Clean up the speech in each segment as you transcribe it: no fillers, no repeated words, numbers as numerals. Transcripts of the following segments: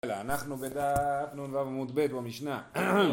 אנחנו בדף נ"ו עמוד ב' במשנה.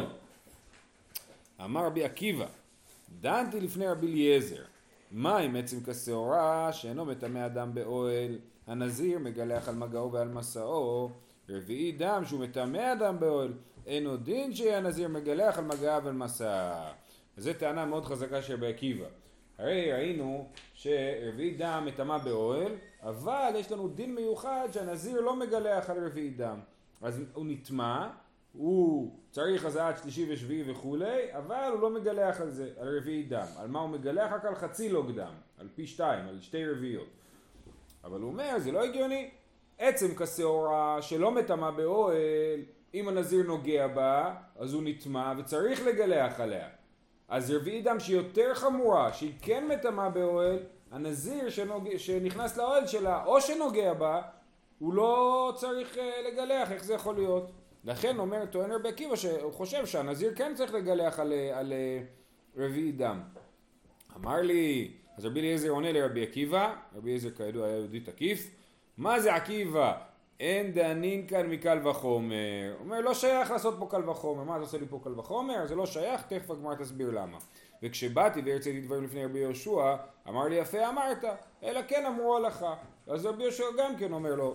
אמר רבי עקיבא, דנתי לפני רבי אליעזר, מה עם עצם כשעורה שאינו מטמא אדם באוהל? הנזיר מגלח על מגעו ועל מסעו, רביעי דם שהוא מטמא אדם באוהל, אינו דין שיהיה הנזיר מגלח על מגעו ועל מסעו. זו טענה מאוד חזקה של רבי עקיבא. הרי ראינו שרביעי דם מטמא באוהל, אבל יש לנו דין מיוחד שהנזיר לא מגלח על רביעי דם. אז הוא נטמא, הוא צריך הזעת שלישי ושביעי וכולי, אבל הוא לא מגלח על זה, על רביעי דם. על מה הוא מגלח? רק על חצי לוג דם, על פי 2, על 2 רביעיות. אבל הוא אומר, זה לא הגיוני. עצם כשעורה שלא מטמא באוהל, אם הנזיר נוגע בה, אז הוא נטמא וצריך לגלח עליה. אז רביעי דם שהיא יותר חמורה, שהיא כן מטמא באוהל, הנזיר שנכנס לאוהל שלה או שנוגע בה, הוא לא צריך לגלח. איך זה יכול להיות? לכן אומר טוען רבי עקיבא שהוא חושב שהנזיר כן צריך לגלח על רביעי דם. אמר לי, אז רבי אליעזר עונה לרבי עקיבא, רבי אליעזר כידוע היה יהודי תקיף, מה זה עקיבא? אין דנין כאן מקל וחומר. הוא אומר, לא שייך לעשות פה קל וחומר. מה אתה עושה לי פה קל וחומר? זה לא שייך, תכף הגמרא תסביר למה. וכשבאתי והרציתי דברים לפני רבי יהושע, אמר לי יפה אמרת, אלא כן אמרו הלכה. אז רבי יהושע גם כן אומר לו,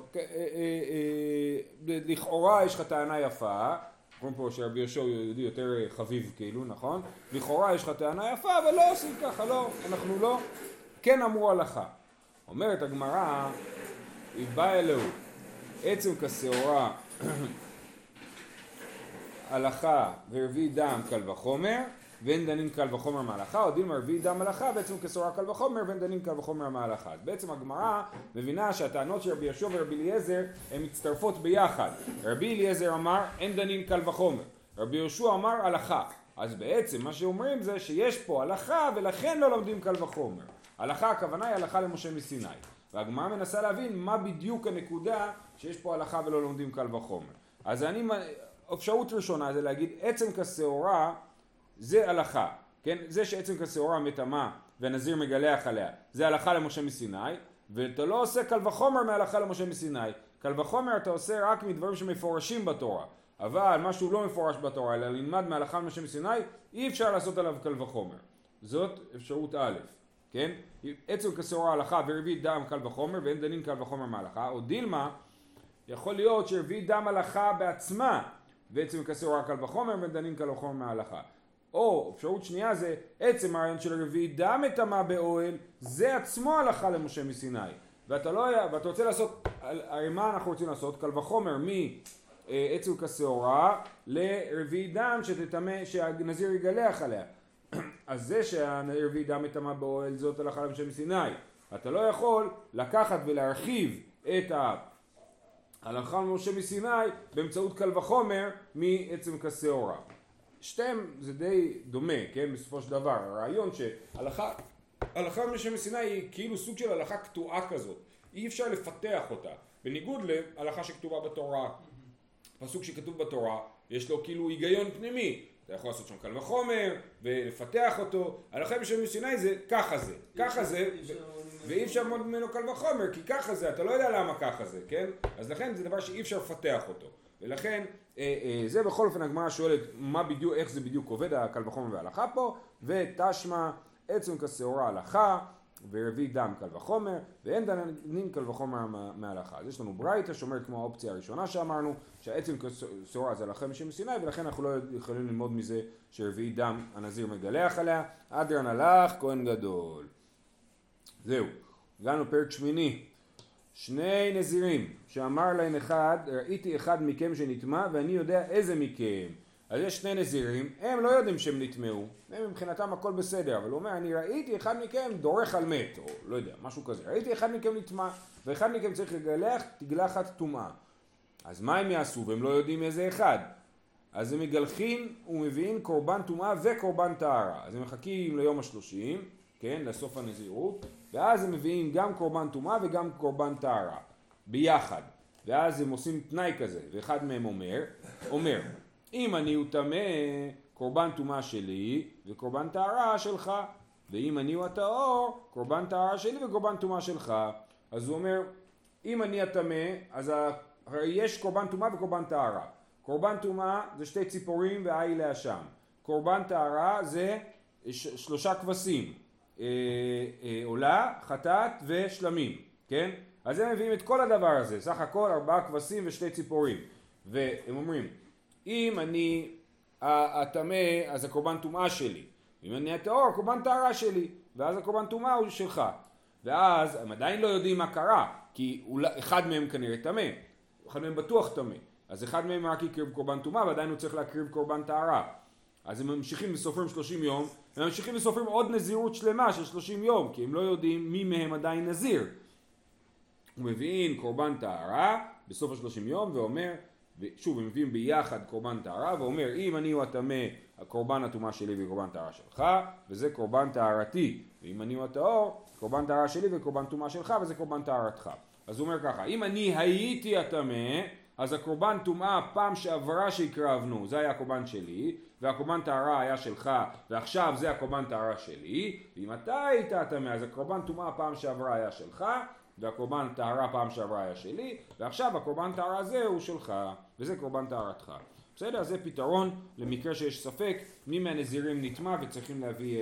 לכאורה יש לך טענה יפה, קוראים פה שרבי יהושע הוא יהודי יותר חביב כאילו, נכון? לכאורה יש לך טענה יפה, אבל לא עושים ככה, לא, אנחנו לא, כן אמרו הלכה. אומרת הגמרא, היא באה אלוהו, עצם כשעורה הלכה ורביעי דם קל וחומר, ואין דנין קל וחומר מההלכה, או דילמה רביעי דם הלכה, בעצם כשעורה קל וחומר, ואין דנין קל וחומר מההלכה. בעצם הגמרא מבינה שהטענות של רבי יהושע ורבי אליעזר הן מצטרפות ביחד. רבי אליעזר אמר אין דנין קל וחומר, רבי יהושע אמר הלכה. אז בעצם מה שאומרים זה שיש פה הלכה ולכן לא לומדים קל וחומר. הלכה הכוונה היא הלכה למשה מסיני. והגמרא מנסה להבין מה בדיוק הנקודה שיש פה הלכה ולא לומדים קל וחומר. אז אפשרות ראשונה זה להגיד עצם כשעורה זה הלכה, כן? זה שעצם כשעורה מטמא והנזיר מגלח עליה, זה הלכה למשה מסיני, ואתה לא עושה קל וחומר מהלכה למשה מסיני. קל וחומר אתה עושה רק מדברים שמפורשים בתורה, אבל משהו לא מפורש בתורה, אלא ללמד מהלכה למשה מסיני, אי אפשר לעשות עליו קל וחומר. זאת אפשרות א', כן? עצם כשעורה הלכה ורביעי דם קל וחומר, ואין דנין קל וחומר מהלכה, או דילמה, יכול להיות שרביעי דם הלכה בעצמה, ועצם כשעורה קל וחומר, ואין דנין קל וחומר מההלכה. או אפשרות שנייה זה עצם הרעיון של רביעי דם מטמא באוהל, זה עצמו הלכה למשה מסיני. ואתה רוצה לעשות, הרי מה אנחנו רוצים לעשות? קל וחומר מעצם כשעורה לרביעי דם שהנזיר יגלח עליה. אז זה שהרביעי דם מטמא באוהל זאת הלכה למשה מסיני. אתה לא יכול לקחת ולהרחיב את ההלכה למשה מסיני באמצעות קל וחומר מעצם כשעורה. שתיהם זה די דומה, כן? בסופו של דבר, הרעיון שהלכה למשה מסיני היא כאילו סוג של הלכה קטועה כזאת, אי אפשר לפתח אותה, בניגוד להלכה שכתובה בתורה. פסוק שכתוב בתורה יש לו כאילו היגיון פנימי, אתה יכול לעשות שם קל וחומר ולפתח אותו. הלכה למשה מסיני זה ככה זה, ואי אפשר ללמוד ממנו קל וחומר, כי ככה זה, אתה לא יודע למה ככה זה, כן? אז לכן זה דבר שאי אפשר לפתח אותו, ולכן זה בכל אופן הגמרא שואלת איך זה בדיוק עובד הקל וחומר וההלכה פה, ותשמע עצם כשעורה הלכה ורביעי דם קל וחומר, ואין דנין קל וחומר מההלכה. אז יש לנו ברייתא שאומרת כמו האופציה הראשונה שאמרנו, שהעצם כשעורה זה הלכה למשה מסיני, ולכן אנחנו לא יכולים ללמוד מזה שרביעי דם הנזיר מגלח עליה. אדרן הלך כהן גדול. זהו, הגענו פרק שמיני. שני נזירים שאמר להם אחד, ראיתי אחד מכם שנטמא ואני יודע איזה מכם. אז יש שני נזירים, הם לא יודעים שהם נטמאו, הם מבחינתם הכל בסדר, אבל הוא אומר אני ראיתי אחד מכם דורך על מת, או לא יודע, משהו כזה. ראיתי אחד מכם נטמא ואחד מכם צריך לגלח תגלחת טומאה. אז מה הם יעשו והם לא יודעים איזה אחד? אז הם מגלחים ומביאים קורבן טומאה וקורבן טהרה. אז הם מחכים ליום ה-30, כן, לסוף הנזירות, ואז הם מביאים גם קורבן טומאה וגם קורבן טהרה ביחד. ואז הם עושים תנאי כזה, ואחד מהם אומר אם אני הוא טמא, קורבן טומאה שלי וקורבן טהרה שלך, ואם אני הוא הטהור, קורבן טהרה שלי וקורבן טומאה שלך. אז הוא אומר אם אני הטמא, אז הרי יש קורבן טומאה וקורבן טהרה. קורבן טומאה זה 2 ציפורים והעי לאשם. קורבן טהרה זה 3 כבשים, עולה, חטאת ושלמים, כן? אז הם מביאים את כל הדבר הזה, סך הכל 4 כבשים ו2 ציפורים. והם אומרים, אם אני הטמא, אז הקורבן טומאה שלי. אם אני הטהור, הקורבן טהרה שלי. ואז הקורבן טומאה הוא שלך. ואז הם עדיין לא יודעים מה קרה, כי אחד מהם כנראה טמא, אחד מהם בטוח טמא. אז אחד מהם רק יקריב קורבן טומאה, ועדיין הוא צריך להקריב קורבן טהרה. אז הם ממשיכים וסופרים 30 יום, הם ממשיכים וסופרים עוד נזירות שלמה של 30 יום, כי הם לא יודעים מי מהם עדיין נזיר. הוא מבין קורבן טהרה בסוף ה-30 יום ואומר, שוב הם מביאים ביחד קורבן טהרה ואומר, אם אני הוא הטמא, הקורבן הטומאה שלי וקורבן טהרה שלך, וזה קורבן טהרתי. ואם אני הוא הטהור, קורבן טהרה שלי וקורבן טומאה שלך, וזה קורבן טהרתך. אז הוא אומר ככה, אם אני הייתי הטמא, אז הקורבן טומאה פעם שעברה שהקרבנו, זה היה הקורבן שלי, והקורבן טהרה היה שלך, ועכשיו זה הקורבן טהרה שלי. ואם אתה היית הטמא, אז הקורבן טומאה פעם שעברה היה שלך, והקורבן טהרה פעם שעברה היה שלי, ועכשיו הקורבן טהרה הזה הוא שלך, וזה קורבן טהרתך. בסדר? זה פתרון למקרה שיש ספק מי מהנזירים נטמא וצריכים להביא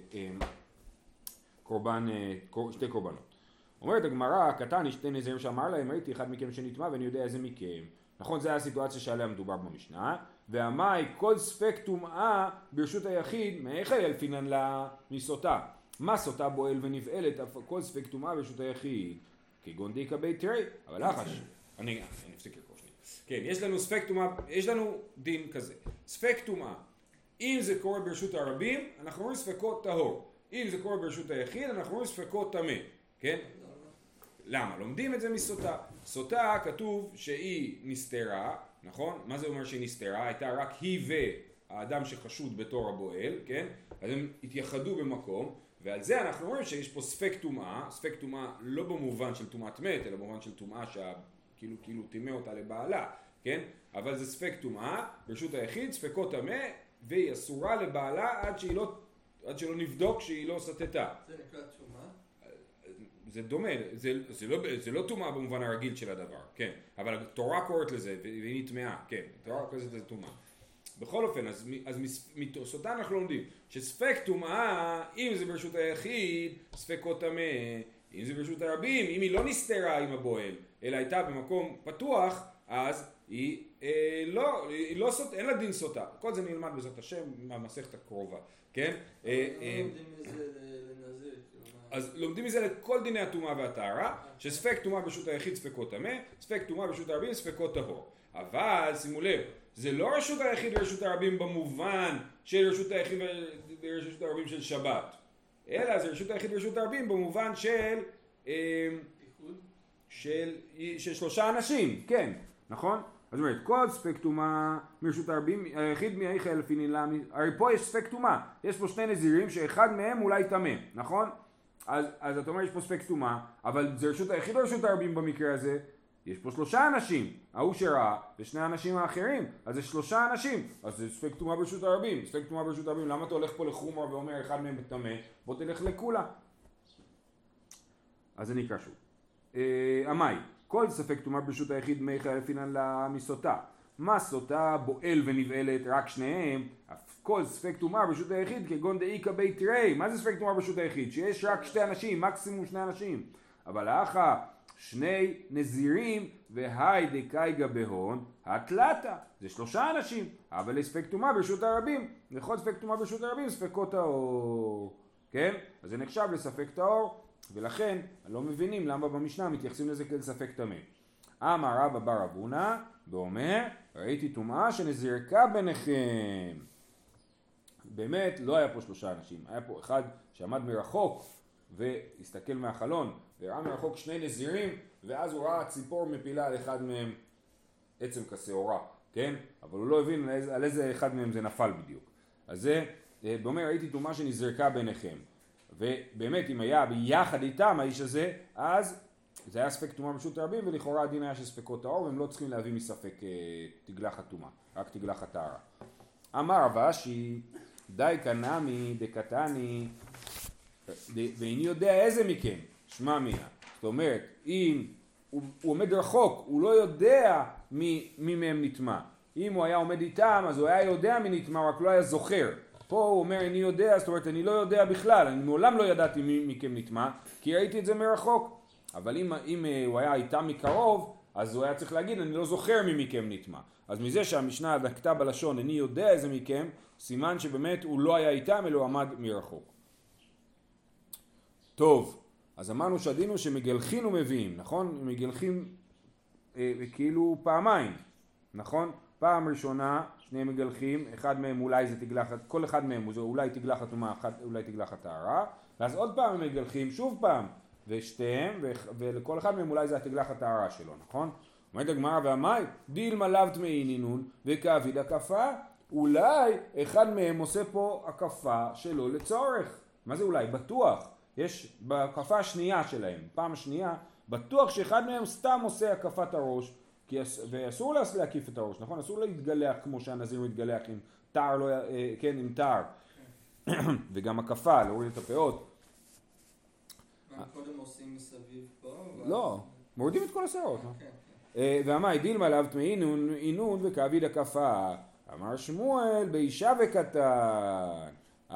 שתי קורבנות. אומרת הגמרא, קטן, 2 נזירים שאמר להם, ראיתי אחד מכם שנטמא ואני יודע איזה מכם. נכון, זה היה הסיטואציה שעליה מדובר במשנה. והמאי, כל ספק טומאה ברשות היחיד, מאיכה ילפינן לה מסוטה. מה סוטה בועל ונבעלת, כל ספק טומאה ברשות היחיד. כגון דיקה בי תראי, אבל לחש. אני אפסיק לקרוא שנייה. כן, יש לנו ספק טומאה, יש לנו דין כזה. ספק טומאה, אם זה קורה ברשות הרבים, אנחנו רואים ספקות טהור. אם זה קורה ברשות היחיד, אנחנו רואים ספקות טמא. כן? למה? לומדים את זה מסוטה. סוטה כתוב שהיא נסתרה, נכון? מה זה אומר שהיא נסתרה? הייתה רק היא והאדם שחשוד בתור הבועל, כן? אז הם התייחדו במקום, ועל זה אנחנו רואים שיש פה ספק טומאה, ספק טומאה לא במובן של טומאת מת, אלא במובן של טומאה כאילו טימא אותה לבעלה, כן? אבל זה ספק טומאה, ברשות היחיד, ספקות טמא, והיא אסורה לבעלה עד שלא נבדוק שהיא לא סטתה. זה נקרא טומאה? זה דומה, זה לא טומאה במובן הרגיל של הדבר, כן, אבל התורה קוראת לזה והיא נטמעה, כן, התורה קוראת לזה טומאה. בכל אופן, אז מסוטה אנחנו לומדים שספק טומאה, אם זה ברשות היחיד, ספקות טמא, אם זה ברשות הרבים, אם היא לא נסתרה עם הבועל, אלא הייתה במקום פתוח, אז היא אין לה דין סוטה. כל זה נלמד בעזרת השם מהמסכת הקרובה, כן? אז לומדים מזה לכל דיני הטומאה והטהרה, שספק טומאה ברשות היחיד ספקות טמא, ספק טומאה ברשות הרבים ספקות טהור. אבל שימו לב, זה לא רשות היחיד ורשות הרבים במובן של רשות היחיד ורשות הרבים של שבת, אלא זה רשות היחיד ורשות הרבים במובן של 3 אנשים, כן, נכון? אז אומרת, כל ספק טומאה מרשות הרבים, היחיד מהיכה אלפינין לה, הרי פה יש ספק טומאה, יש פה 2 נזירים שאחד מהם אולי טמא, נכון? אז אתה אומר יש פה ספק טומאה, אבל זה רשות היחיד או רשות הרבים במקרה הזה? יש פה 3 אנשים, ההוא שראה ו2 האנשים האחרים, אז זה 3 אנשים, אז זה ספק טומאה ברשות הרבים, ספק טומאה ברשות הרבים, למה אתה הולך פה לחומרה ואומר אחד מהם טמא? בוא תלך לכולה. אז אני אקרא שוב. המאי, כל ספק טומאה ברשות היחיד מאיכה אלפינן לה מסוטה. מה סוטה בועל ונבעלת רק שניהם, כל ספק טומאה ברשות היחיד כגון דאיקה בי תראי. מה זה ספק טומאה ברשות היחיד? שיש רק 2 אנשים, מקסימום 2 אנשים. אבל האחה 2 נזירים והי דקייגה בהון התלתה, זה 3 אנשים, אבל ספק טומאה ברשות הרבים, לכל ספק טומאה ברשות הרבים ספקות טהור, כן? אז זה נחשב לספק טהור, ולכן לא מבינים למה במשנה מתייחסים לזה כאל ספק טמא. אמר רבא בר אבונה ואומר, ראיתי טומאה שנזרקה ביניכם. באמת לא היה פה 3 אנשים, היה פה אחד שעמד מרחוק והסתכל מהחלון וראה מרחוק 2 נזירים, ואז הוא ראה ציפור מפילה על אחד מהם עצם כשעורה, כן? אבל הוא לא הבין על איזה אחד מהם זה נפל בדיוק. אז זה אומר, ראיתי טומאה שנזרקה ביניכם. ובאמת אם היה ביחד איתם האיש הזה, אז זה היה ספק טומאה ברשות הרבים, ולכאורה הדין היה של ספקות טהור, והם לא צריכים להביא מספק תגלחת טומאה, רק תגלחת טהרה. אמר רב אשי, די קנמי דקתני, ואיני יודע איזה מכם, שמע מיה. זאת אומרת, אם הוא עומד רחוק, הוא לא יודע מי מהם נטמע. אם הוא היה עומד איתם, אז הוא היה יודע מי נטמע, רק לא היה זוכר. פה הוא אומר, אני יודע, זאת אומרת, אני לא יודע בכלל, אני מעולם לא ידעתי מי מכם נטמע, כי ראיתי את זה מרחוק. אבל אם הוא היה איתם מקרוב, אז הוא היה צריך להגיד, אני לא זוכר מי מכם נטמע. אז מזה שהמשנה דקתה בלשון, אני יודע איזה מכם, סימן שבאמת הוא לא היה איתם, אלא הוא עמד מרחוק. טוב, אז אמרנו שהדין הוא שמגלחין ומביאים, נכון? מגלחים כאילו פעמיים, נכון? פעם ראשונה, שני מגלחים, אחד מהם אולי זה תגלחת, כל אחד מהם זה אולי תגלחת טומאה, אולי תגלחת טהרה, ואז עוד פעם הם מגלחים, שוב פעם, ושתיהם, ולכל אחד מהם אולי זה התגלחת טהרה שלו, נכון? אומרת הגמרא והמאי, דילמה לאו טמאי נינון וכאביד הקפה, אולי אחד מהם עושה פה הקפה שלא לצורך. מה זה אולי? בטוח. יש בהקפה השנייה שלהם, פעם השנייה, בטוח שאחד מהם סתם עושה הקפת הראש, ואסור להקיף את הראש, נכון? אסור להתגלח כמו שהנזיר מתגלח עם תער, לא, כן, עם תער. וגם הקפה, להוריד את הפאות. מה קודם עושים מסביב פה? לא, מורידים את כל השערות. ואמר, דילמה לאו טמאי נינון וכאביד הקפה. אמר שמואל, באישה וקטן.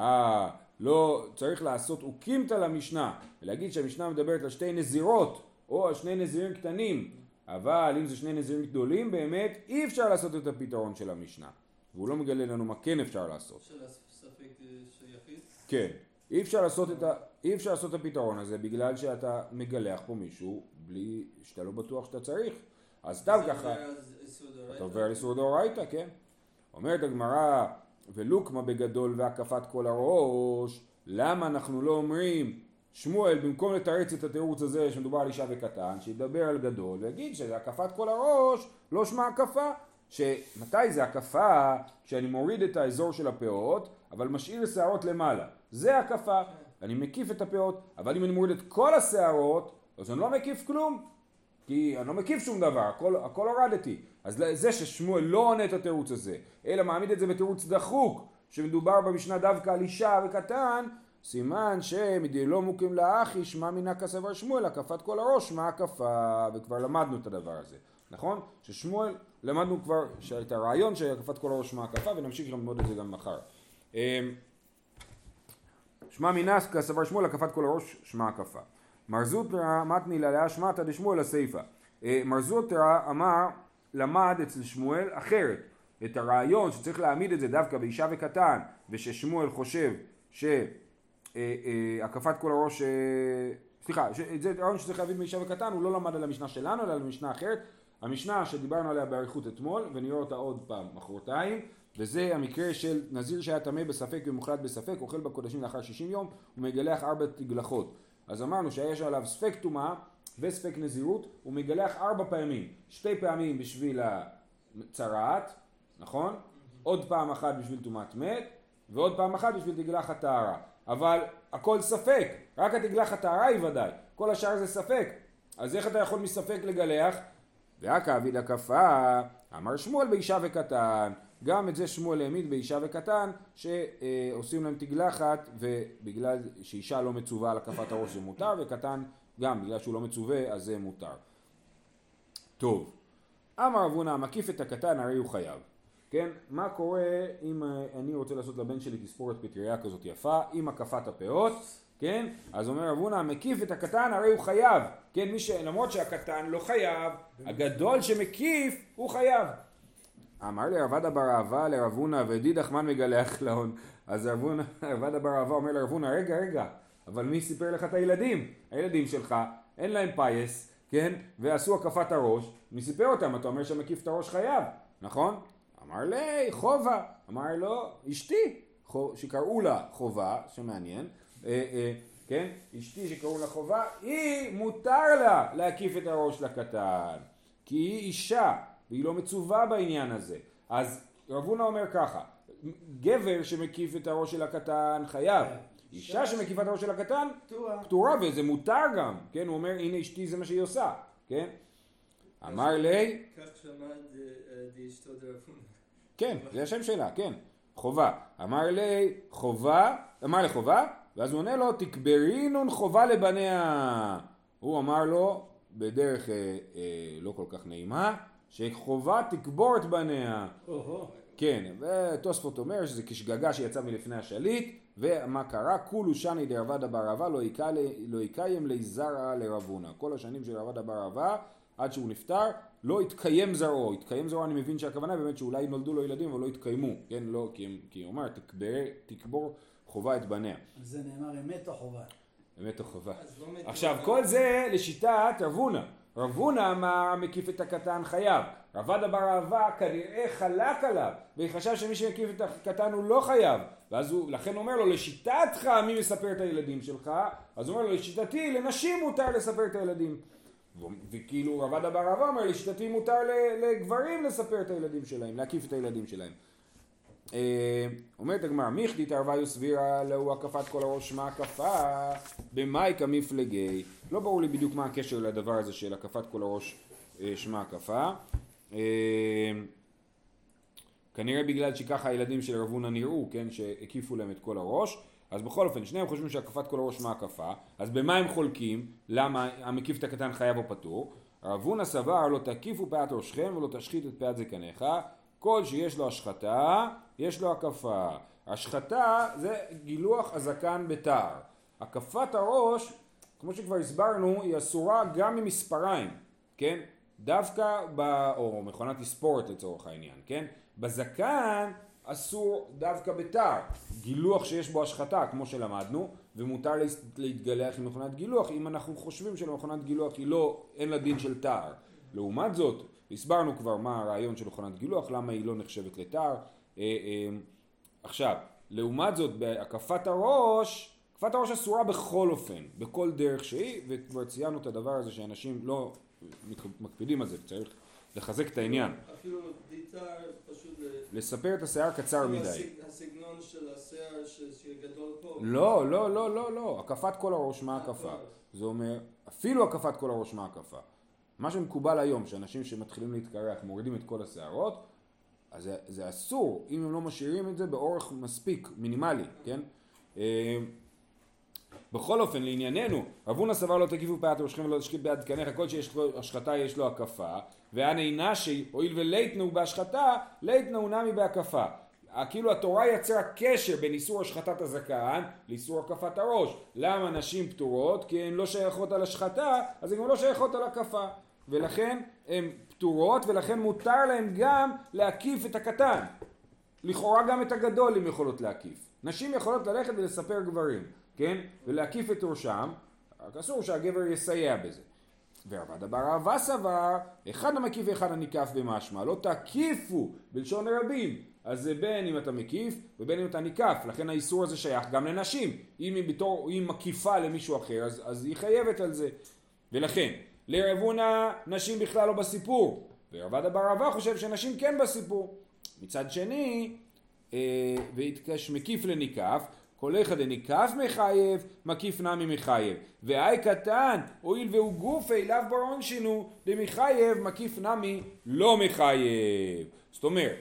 לא, צריך לעשות אוקימתא למשנה, ולהגיד שהמשנה מדברת על שתי נזירות, או על שני נזירים קטנים, אבל אם זה שני נזירים גדולים, באמת אי אפשר לעשות את הפתרון של המשנה. והוא לא מגלה לנו מה כן אפשר לעשות. של הספק שיחיד? כן, אי אפשר לעשות את הפתרון הזה, בגלל שאתה מגלח פה מישהו, בלי שאתה לא בטוח שאתה צריך. אז סתם ככה, אתה עובר על איסור דאורייתא, כן. אומרת הגמרא, ולוקמה בגדול והקפת כל הראש, למה אנחנו לא אומרים, שמואל במקום לתרץ את התירוץ הזה שמדובר על אישה וקטן, שידבר על גדול ויגיד שזה הקפת כל הראש, לא שמה הקפה, שמתי זה הקפה? כשאני מוריד את האזור של הפאות, אבל משאיר שערות למעלה, זה הקפה, אני מקיף את הפאות, אבל אם אני מוריד את כל השערות, אז אני לא מקיף כלום, כי אני לא מקיף שום דבר, הכל הורדתי. אז זה ששמואל לא עונה את התירוץ הזה, אלא מעמיד את זה בתירוץ דחוק, שמדובר במשנה דווקא על אישה וקטן, סימן שמדי לא מוקים לאחי, שמע מינה כסבר שמואל, הקפת כל הראש, שמע הקפה, וכבר למדנו את הדבר הזה, נכון? ששמואל, למדנו כבר את הרעיון של הקפת כל הראש, שמע הקפה, ונמשיך ללמוד את זה גם מחר. שמע מינה כסבר שמואל, הקפת כל הראש, שמע הקפה. מר זוטרא מתני לה שמעתא דשמואל הסיפא. מר זוטרא אמר, למד אצל שמואל אחרת. את הרעיון שצריך להעמיד את זה דווקא באישה וקטן, וששמואל חושב שהקפת כל הראש, זה רעיון שצריך להעמיד באישה וקטן, הוא לא למד על המשנה שלנו, אלא על המשנה אחרת. המשנה שדיברנו עליה באריכות אתמול, ונראה אותה עוד פעם מחרתיים, וזה המקרה של נזיר שהיה טמא בספק ומוחלט בספק, אוכל בקודשים לאחר 60 יום, ומגלח 4 תגלחות. אז אמרנו שיש עליו ספק טומאה וספק נזירות, הוא מגלח 4 פעמים, 2 פעמים בשביל הצרעת, נכון? עוד פעם אחת בשביל טומאת מת, ועוד פעם אחת בשביל תגלחת טהרה. אבל הכל ספק, רק התגלחת טהרה היא ודאי, כל השאר זה ספק. אז איך אתה יכול מספק לגלח? והכאביד הקפה, אמר שמואל באישה וקטן, גם את זה שמואל העמיד באישה וקטן, שעושים להם תגלחת, ובגלל שאישה לא מצווה על הקפת הראש זה מותר, וקטן גם בגלל שהוא לא מצווה אז זה מותר. טוב, אמר רב הונא, מקיף את הקטן הרי הוא חייב. כן, מה קורה אם אני רוצה לעשות לבן שלי תספורת פטריה כזאת יפה, עם הקפת הפאות, כן? אז אומר רב הונא, מקיף את הקטן הרי הוא חייב. כן, למרות שהקטן לא חייב, הגדול שמקיף הוא חייב. אמר לי רבדה בר אהבה לרב הונא ודידך מן מגלח להון. אז רבדה בר אהבה אומר לרב הונא, רגע, אבל מי סיפר לך את הילדים? הילדים שלך, אין להם פייס, כן? ועשו הקפת הראש, מי סיפר אותם? אתה אומר שמקיף את הראש חייב, נכון? אמר לי, חובה. אמר לו, אשתי, שקראו לה חובה, שמעניין, כן? אשתי שקראו לה חובה, היא מותר לה להקיף את הראש לקטן, כי היא אישה, והיא לא מצווה בעניין הזה. אז רב הונא אומר ככה, גבר שמקיף את הראש של הקטן חייב, אישה שמקיפה את הראש של הקטן פטורה, וזה מותר גם, כן? הוא אומר, הנה אשתי זה מה שהיא עושה, כן? אמר לי, כך שמד אשתו דרב הונא. כן, זה השם שלה, כן, חובה. אמר לי חובה, אמר לי חובה, ואז הוא עונה לו, תקברינון חובה לבניה. הוא אמר לו, בדרך לא כל כך נעימה, שחובה תקבור את בניה. כן, ותוספות אומר שזה כשגגה שיצא מלפני השליט, ומה קרה? כולו שני דרבדה בר רבא לא יקיים לי זרע לרבונה. כל השנים של רבדה בר רבא, עד שהוא נפטר, לא התקיים זרעו. התקיים זרעו, אני מבין שהכוונה באמת שאולי נולדו לו ילדים, אבל לא התקיימו. כן, לא, כי הוא אומר, תקבור חובה את בניה. זה נאמר אמת או חובה? אמת או חובה. עכשיו, כל זה לשיטת רבונה. רבונה אמר מקיף את הקטן חייב. רבדה בר רבא כנראה חלק עליו, וחשב שמי שמקיף את הקטן הוא לא חייב. ואז הוא, לכן אומר לו, לשיטתך מי מספר את הילדים שלך? אז הוא אומר לו, לשיטתי, לנשים מותר לספר את הילדים. וכאילו רבדה בר רבא אומר, לשיטתי מותר לגברים לספר את הילדים שלהם, להקיף את הילדים שלהם. אומרת הגמרא, מיכדי תערווה סבירה לו הקפת כל הראש, מה הקפה? במאי כמפלגי. לא ברור לי בדיוק מה הקשר לדבר הזה של הקפת כל הראש שמה הקפה. כנראה בגלל שככה הילדים של רבונה נראו, כן, שהקיפו להם את כל הראש. אז בכל אופן, שניהם חושבים שהקפת כל הראש מה הקפה. אז במה הם חולקים? למה המקיף את הקטן חייב או פטור? רבונה סבר, לא תקיפו פאת ראשכם ולא תשחית את פאת זקניך. כל שיש לו השחתה, יש לו הקפה. השחתה זה גילוח הזקן בתער. הקפת הראש, כמו שכבר הסברנו, היא אסורה גם ממספריים, כן? דווקא, או מכונת תספורת לצורך העניין, כן? בזקן אסור דווקא בתער. גילוח שיש בו השחתה, כמו שלמדנו, ומותר להתגלח עם מכונת גילוח, אם אנחנו חושבים שלמכונת גילוח אין לה דין של תער. לעומת זאת, הסברנו כבר מה הרעיון של מכונת גילוח, למה היא לא נחשבת לתער. עכשיו, לעומת זאת, בהקפת הראש, הקפת הראש אסורה בכל אופן, בכל דרך שהיא, וכבר ציינו את הדבר הזה שאנשים לא מקפידים על זה, צריך לחזק את העניין. אפילו דיתר פשוט לספר את השיער קצר מדי. הסגנון של השיער שגדול פה. לא, לא, לא, לא, לא, הקפת כל הראש מה הקפה. זה אומר, אפילו הקפת כל הראש מה הקפה. מה שמקובל היום, שאנשים שמתחילים להתקרח מורידים את כל השערות, אז זה אסור, אם הם לא משאירים את זה באורך מספיק, מינימלי, כן? בכל אופן, לענייננו, רבונה סבר לא תקיפו פאת ראשכם ולא תשחית פאת זקניך, כל שיש לו השחתה יש לו הקפה, ואני נשי, הואיל ולייתנו בהשחתה, לייתנו נמי בהקפה. כאילו התורה יצרה קשר בין איסור השחתת הזקן לאיסור הקפת הראש. למה נשים פטורות? כי הן לא שייכות על השחתה, אז הן גם לא שייכות על הקפה. ולכן הן פטורות, ולכן מותר להן גם להקיף את הקטן. לכאורה גם את הגדול הן יכולות להקיף. נשים יכולות ללכת ולספר גברים, כן? ולהקיף את ראשם, אסור שהגבר יסייע בזה. ורבדה בר רבא סבר, אחד המקיף ואחד הניקף במשמע, לא תקיפו בלשון רבים. אז זה בין אם אתה מקיף ובין אם אתה ניקף, לכן האיסור הזה שייך גם לנשים. אם היא מקיפה למישהו אחר, אז היא חייבת על זה. ולכן, לרבונה נשים בכלל לא בסיפור, ורבדה בר רבא חושב שנשים כן בסיפור. מצד שני, והתקש מקיף לניקף, כל אחד ניקף מחייב, מקיף נמי מחייב. והי קטן, הואיל והוא גוף אליו ברון שינו, דמחייב, מקיף נמי לא מחייב. זאת אומרת,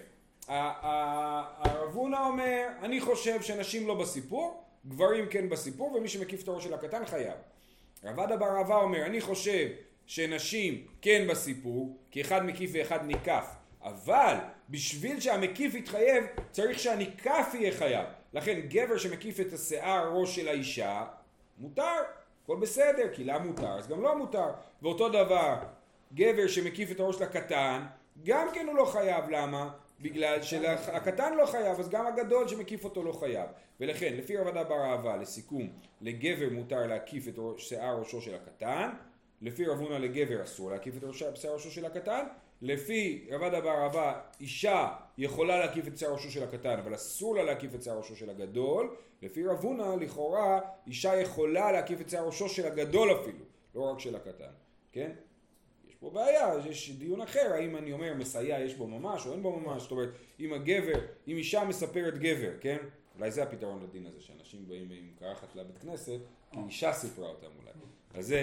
הרבונה אומר, אני חושב שנשים לא בסיפור, גברים כן בסיפור, ומי שמקיף את הראש של הקטן חייב. רבדה בר רבא אומר, אני חושב שנשים כן בסיפור, כי אחד מקיף ואחד ניקף. אבל בשביל שהמקיף יתחייב, צריך שהניקף יהיה חייב. לכן גבר שמקיף את השיער ראש של האישה, מותר, הכל בסדר, כי לה מותר, אז גם לא מותר. ואותו דבר, גבר שמקיף את הראש של הקטן, גם כן הוא לא חייב, למה? בגלל שהקטן לא חייב, אז גם הגדול שמקיף אותו לא חייב. ולכן, לפי רבדה בר רבא, לסיכום, לגבר מותר להקיף את שיער ראשו של הקטן, לפי רבונה לגבר אסור להקיף את שיער ראשו של הקטן, לפי רבדה בר רבא, אישה יכולה להקיף את שיער ראשו של הקטן, אבל אסור לה להקיף את שיער ראשו של הגדול. לפי רבונה, לכאורה, אישה יכולה להקיף את שיער ראשו של הגדול אפילו, לא רק של הקטן, כן? יש פה בעיה, יש דיון אחר, האם אני אומר מסייע יש בו ממש או אין בו ממש, זאת אומרת, אם אישה מספרת גבר, כן? אולי זה הפתרון לדין הזה, שאנשים באים עם קרחת לבית כנסת, כי אישה סיפרה אותם אולי. אז זה,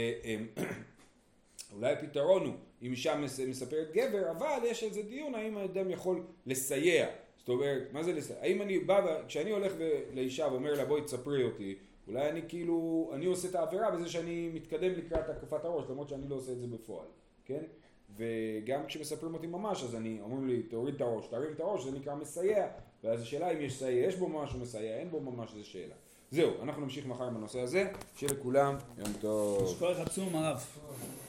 אולי הפתרון הוא, אם אישה מספרת גבר, אבל יש איזה דיון, האם האדם יכול לסייע. זאת אומרת, מה זה לסייע? האם אני בא, כשאני הולך לאישה ואומר לה בואי תספרי אותי, אולי אני כאילו, אני עושה את העבירה בזה שאני מתקדם לקראת הקפת הראש, למרות שאני לא עושה את זה בפועל, כן? וגם כשמספרים אותי ממש, אז אומרים לי, תוריד את הראש, תרים את הראש, זה נקרא מסייע, ואז השאלה אם יש בו ממש או מסייע, אין בו ממש, זו שאלה. זהו, אנחנו נמשיך מחר בנושא הזה, שיהיה לכולם יום טוב. יש כל אחד עצום הרב.